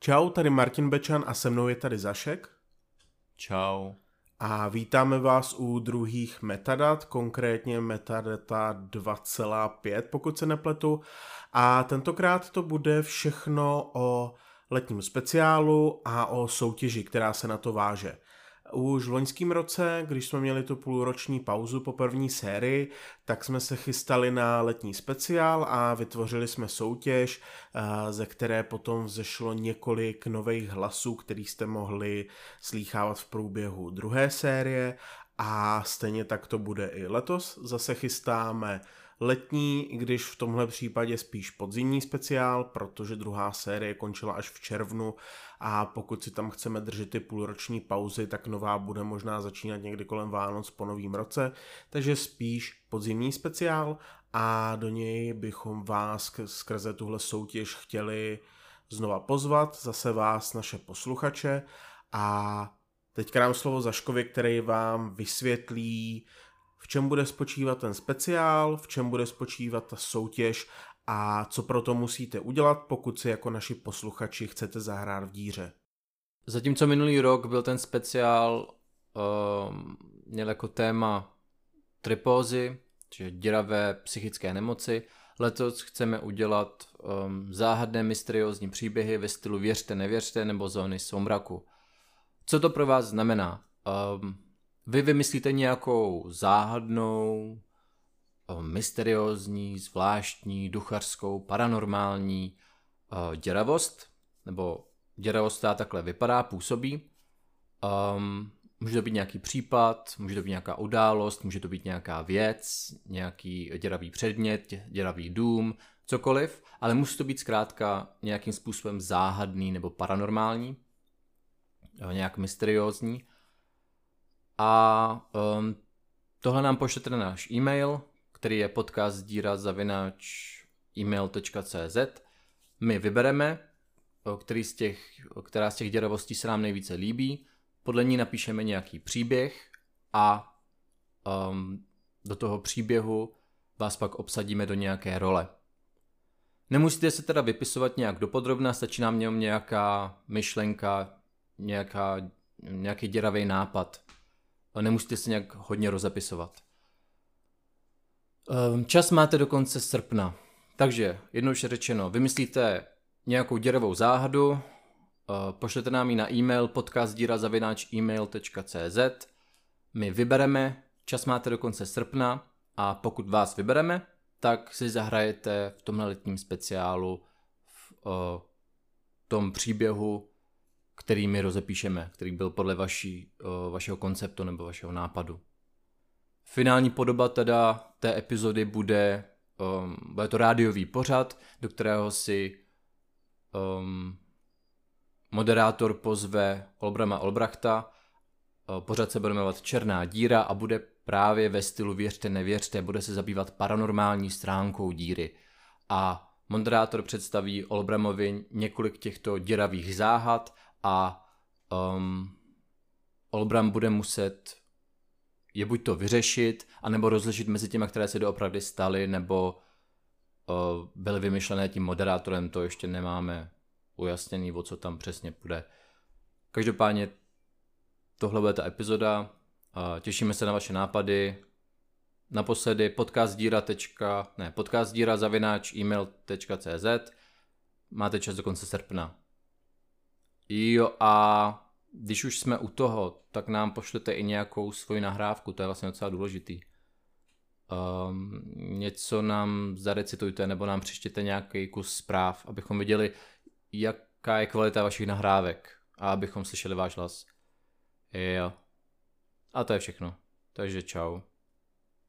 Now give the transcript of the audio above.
Čau, tady Martin Bečan a se mnou je tady Zašek. Čau. A vítáme vás u druhých metadat, konkrétně metadata 2,5, pokud se nepletu. A tentokrát to bude všechno o letním speciálu a o soutěži, která se na to váže. Už v loňském roce, když jsme měli tu půlroční pauzu po první sérii, tak jsme se chystali na letní speciál a vytvořili jsme soutěž, ze které potom vzešlo několik nových hlasů, který jste mohli slýchávat v průběhu druhé série, a stejně tak to bude i letos. Zase chystáme letní, i když v tomhle případě spíš podzimní speciál, protože druhá série končila až v červnu a pokud si tam chceme držet ty půlroční pauzy, tak nová bude možná začínat někdy kolem Vánoc po novém roce, takže spíš podzimní speciál a do něj bychom vás skrze tuhle soutěž chtěli znova pozvat, zase vás, naše posluchače, a teďka dám slovo Zaškovi, který vám vysvětlí, v čem bude spočívat ten speciál, v čem bude spočívat ta soutěž a co pro to musíte udělat, pokud si jako naši posluchači chcete zahrát v díře. Zatímco minulý rok byl ten speciál, měl jako téma tripózy, čiže děravé psychické nemoci, letos chceme udělat záhadné mysteriózní příběhy ve stylu věřte, nevěřte nebo zóny soumraku. Co to pro vás znamená? Vy vymyslíte nějakou záhadnou, mysteriózní, zvláštní, duchařskou, paranormální děravost, nebo děravost, která takhle vypadá, působí. Může to být nějaký případ, může to být nějaká událost, může to být nějaká věc, nějaký děravý předmět, děravý dům, cokoliv, ale musí to být zkrátka nějakým způsobem záhadný nebo paranormální, nějak mysteriózní. A tohle nám pošlete na náš e-mail, který je podcastdira@email.cz. My vybereme, která z těch děravostí se nám nejvíce líbí, podle ní napíšeme nějaký příběh a do toho příběhu vás pak obsadíme do nějaké role. Nemusíte se teda vypisovat nějak dopodrobna, stačí nám jenom nějaká myšlenka, nějaký děravý nápad. Nemusíte se nějak hodně rozepisovat. Čas máte do konce srpna. Takže, jednoduše řečeno, vymyslíte nějakou děravou záhadu, pošlete nám ji na e-mail podcastdira@email.cz. My vybereme, čas máte do konce srpna a pokud vás vybereme, tak si zahrajete v tomhle letním speciálu v tom příběhu, který my rozepíšeme, který byl podle vašeho konceptu nebo vašeho nápadu. Finální podoba teda té epizody bude to rádiový pořad, do kterého si moderátor pozve Olbrama Olbrachta. Pořad se bude jmenovat Černá díra a bude právě ve stylu věřte, nevěřte, bude se zabývat paranormální stránkou díry. A moderátor představí Olbramovi několik těchto děravých záhad a Olbram bude muset je buď to vyřešit, anebo rozlišit mezi těma, které se doopravdy staly, nebo byly vymyšlené tím moderátorem, to ještě nemáme ujasněný, o co tam přesně půjde. Každopádně tohle bude ta epizoda, těšíme se na vaše nápady. Naposledy podcastdira@email.cz. Máte čas do konce srpna. Jo, a když už jsme u toho, tak nám pošlete i nějakou svoji nahrávku, to je vlastně docela důležitý. Něco nám zarecitujte nebo nám přečtěte nějaký kus zpráv, abychom viděli, jaká je kvalita vašich nahrávek a abychom slyšeli váš hlas. Jo. A to je všechno. Takže čau.